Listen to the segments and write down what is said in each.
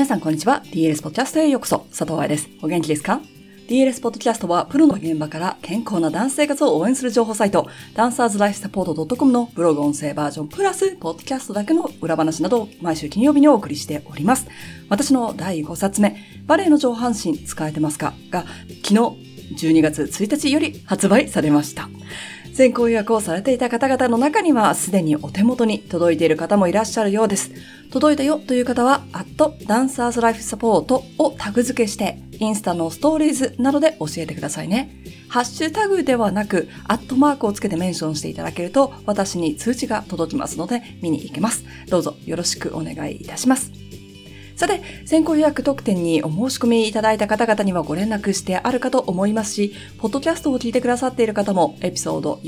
皆さんこんにちは。DLS ポッドキャストへようこそ。佐藤愛です。お元気ですか？ DLS ポッドキャストはプロの現場から健康なダンス生活を応援する情報サイト、ダンサーズライフサポート .com のブログ音声バージョンプラス、ポッドキャストだけの裏話などを毎週金曜日にお送りしております。私の第5冊目、バレエの上半身使えてますかが昨日12月1日より発売されました。先行予約をされていた方々の中にはすでにお手元に届いている方もいらっしゃるようです。届いたよという方は@dancerslifesupport をタグ付けしてインスタのストーリーズなどで教えてくださいね。ハッシュタグではなく@マークをつけてメンションしていただけると私に通知が届きますので見に行けます。どうぞよろしくお願いいたします。さて、先行予約特典にお申し込みいただいた方々にはご連絡してあるかと思いますし、ポッドキャストを聞いてくださっている方もエピソード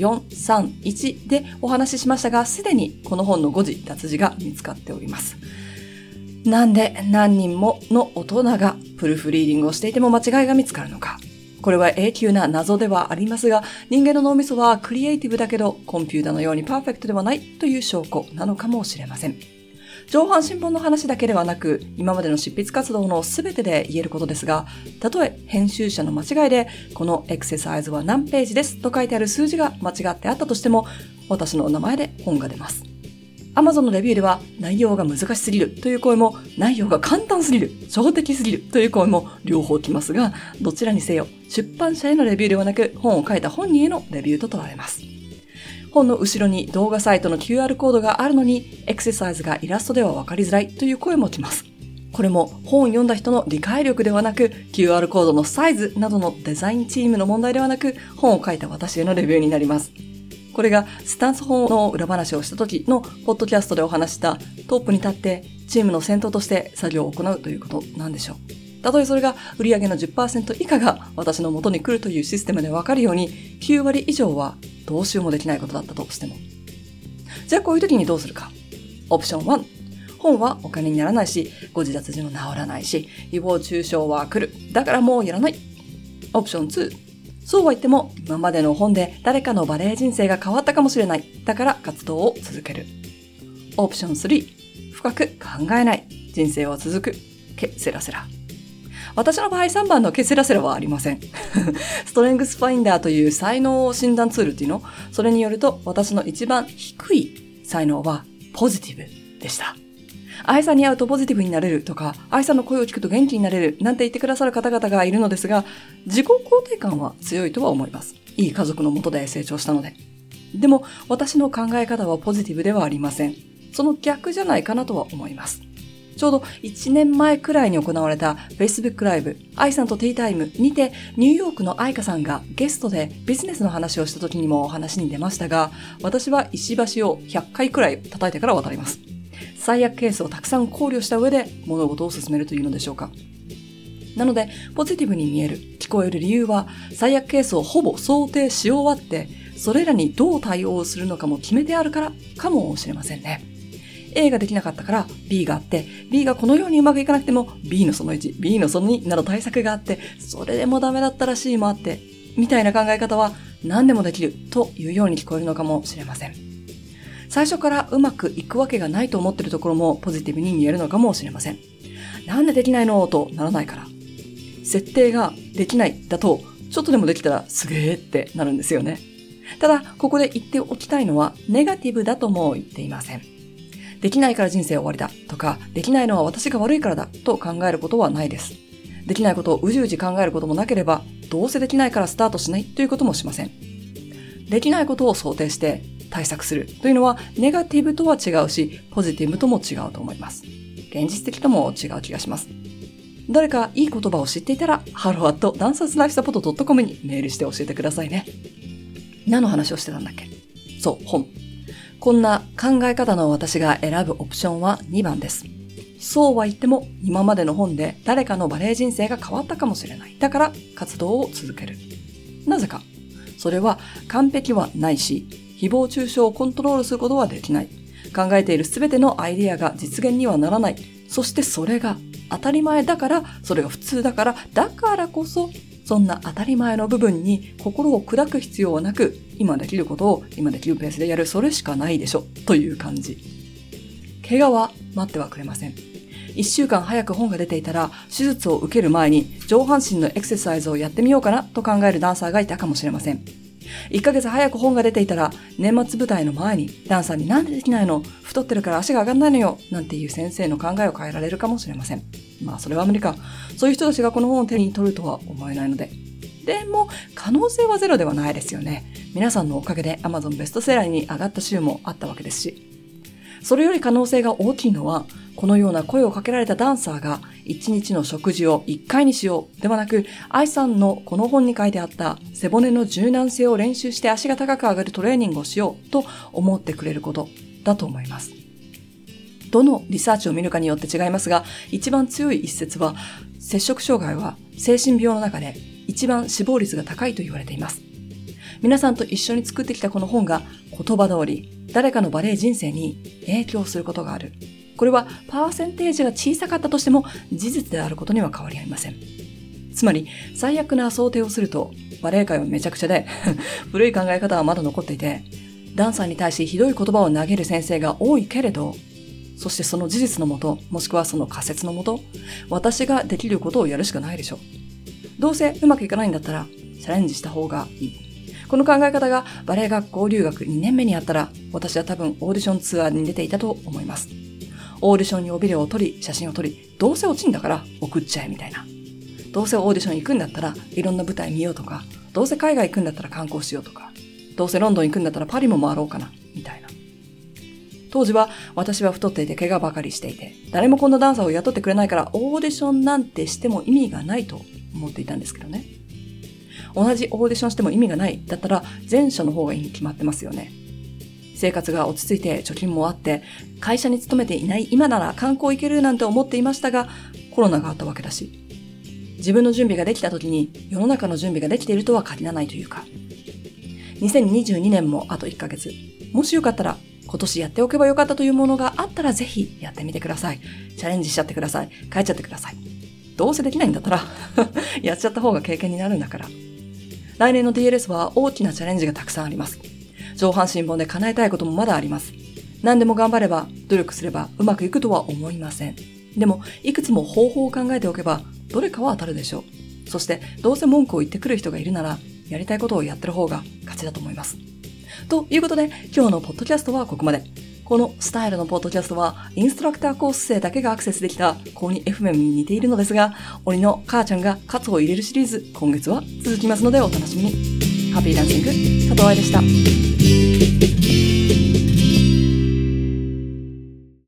431でお話ししましたが、すでにこの本の誤字脱字が見つかっております。なんで何人もの大人がプルーフリーディングをしていても間違いが見つかるのか。これは永久な謎ではありますが、人間の脳みそはクリエイティブだけどコンピューターのようにパーフェクトではないという証拠なのかもしれません。上半身本の話だけではなく、今までの執筆活動のすべてで言えることですが、たとえ編集者の間違いで、このエクササイズは何ページですと書いてある数字が間違ってあったとしても、私の名前で本が出ます。Amazon のレビューでは、内容が難しすぎるという声も、内容が簡単すぎる、初歩的すぎるという声も両方来ますが、どちらにせよ、出版社へのレビューではなく、本を書いた本人へのレビューと取られます。本の後ろに動画サイトの QR コードがあるのに、エクササイズがイラストでは分かりづらいという声も来ます。これも本を読んだ人の理解力ではなく、QR コードのサイズなどのデザインチームの問題ではなく、本を書いた私へのレビューになります。これがスタンス本の裏話をした時のポッドキャストでお話したトップに立ってチームの先頭として作業を行うということなんでしょう。たとえそれが売上の 10% 以下が私の元に来るというシステムでわかるように、9割以上はどうしようもできないことだったとしても。じゃあこういう時にどうするか。オプション1。本はお金にならないし、誤字脱字も治らないし、誹謗中傷は来る。だからもうやらない。オプション2。そうは言っても、今までの本で誰かのバレエ人生が変わったかもしれない。だから活動を続ける。オプション3。深く考えない。人生は続く。ケセラセラ。私の場合3番のケセラセラはありません。ストレングスファインダーという才能診断ツールっていうの？それによると私の一番低い才能はポジティブでした。愛さんに会うとポジティブになれるとか、愛さんの声を聞くと元気になれるなんて言ってくださる方々がいるのですが、自己肯定感は強いとは思います。いい家族の下で成長したので。でも私の考え方はポジティブではありません。その逆じゃないかなとは思います。ちょうど1年前くらいに行われた Facebook ライブ、愛さんとティータイムにてニューヨークの愛花さんがゲストでビジネスの話をした時にもお話に出ましたが、私は石橋を100回くらい叩いてから渡ります。最悪ケースをたくさん考慮した上で物事を進めるというのでしょうか。なので、ポジティブに見える、聞こえる理由は、最悪ケースをほぼ想定し終わって、それらにどう対応するのかも決めてあるからかもしれませんね。A ができなかったから B があって、B がこのようにうまくいかなくても B のその1、B のその2など対策があって、それでもダメだったら C もあって、みたいな考え方は何でもできるというように聞こえるのかもしれません。最初からうまくいくわけがないと思っているところもポジティブに見えるのかもしれません。なんでできないのとならないから。設定ができないだと、ちょっとでもできたらすげーってなるんですよね。ただ、ここで言っておきたいのは、ネガティブだとも言っていません。できないから人生終わりだとか、できないのは私が悪いからだと考えることはないです。できないことをうじうじ考えることもなければ、どうせできないからスタートしないということもしません。できないことを想定して対策するというのは、ネガティブとは違うし、ポジティブとも違うと思います。現実的とも違う気がします。誰かいい言葉を知っていたら、hello@dancerslifesupport.com にメールして教えてくださいね。何の話をしてたんだっけ？そう、本。こんな考え方の私が選ぶオプションは2番です。そうは言っても今までの本で誰かのバレエ人生が変わったかもしれない。だから活動を続ける。なぜか。それは完璧はないし、誹謗中傷をコントロールすることはできない。考えているすべてのアイデアが実現にはならない。そしてそれが当たり前だから、それが普通だから、だからこそ、そんな当たり前の部分に心を砕く必要はなく、今できることを今できるペースでやる、それしかないでしょという感じ。怪我は待ってはくれません。 1週間早く本が出ていたら、手術を受ける前に上半身のエクササイズをやってみようかなと考えるダンサーがいたかもしれません。1ヶ月早く本が出ていたら、年末舞台の前にダンサーになんでできないの？太ってるから足が上がんないのよなんていう先生の考えを変えられるかもしれません。まあそれは無理か。そういう人たちがこの本を手に取るとは思えないので。でも、可能性はゼロではないですよね。皆さんのおかげで Amazon ベストセラーに上がった週もあったわけですし。それより可能性が大きいのは、このような声をかけられたダンサーが1日の食事を1回にしようではなく、愛さんのこの本に書いてあった背骨の柔軟性を練習して足が高く上がるトレーニングをしようと思ってくれることだと思います。どのリサーチを見るかによって違いますが、一番強い一説は、摂食障害は精神病の中で一番死亡率が高いと言われています。皆さんと一緒に作ってきたこの本が言葉通り誰かのバレエ人生に影響することがある。これはパーセンテージが小さかったとしても事実であることには変わりありません。つまり最悪な想定をするとバレエ界はめちゃくちゃで古い考え方はまだ残っていて、ダンサーに対しひどい言葉を投げる先生が多いけれど、そしてその事実のもと、もしくはその仮説のもと、私ができることをやるしかないでしょう。どうせうまくいかないんだったらチャレンジした方がいい。この考え方がバレエ学校留学2年目にあったら、私は多分オーディションツアーに出ていたと思います。オーディション用ビデオを撮り、写真を撮り、どうせ落ちんだから送っちゃえみたいな。どうせオーディション行くんだったらいろんな舞台見ようとか、どうせ海外行くんだったら観光しようとか、どうせロンドン行くんだったらパリも回ろうかな、みたいな。当時は私は太っていて怪我ばかりしていて、誰もこんなダンサーを雇ってくれないからオーディションなんてしても意味がないと思っていたんですけどね。同じオーディションしても意味がないだったら前者の方がいいに決まってますよね。生活が落ち着いて貯金もあって会社に勤めていない今なら観光行けるなんて思っていましたが、コロナがあったわけだし、自分の準備ができた時に世の中の準備ができているとは限らないというか、2022年もあと1ヶ月、もしよかったら今年やっておけばよかったというものがあったらぜひやってみてください。チャレンジしちゃってください。変えちゃってください。どうせできないんだったらやっちゃった方が経験になるんだから。来年の DLS は大きなチャレンジがたくさんあります。上半身本で叶えたいこともまだあります。何でも頑張れば、努力すればうまくいくとは思いません。でも、いくつも方法を考えておけば、どれかは当たるでしょう。そして、どうせ文句を言ってくる人がいるなら、やりたいことをやってる方が勝ちだと思います。ということで、今日のポッドキャストはここまで。このスタイルのポッドキャストは、インストラクターコース生だけがアクセスできた高2 FM に似ているのですが、鬼の母ちゃんがカツを入れるシリーズ、今月は続きますのでお楽しみに。ハッピーダンシング、佐藤愛でした。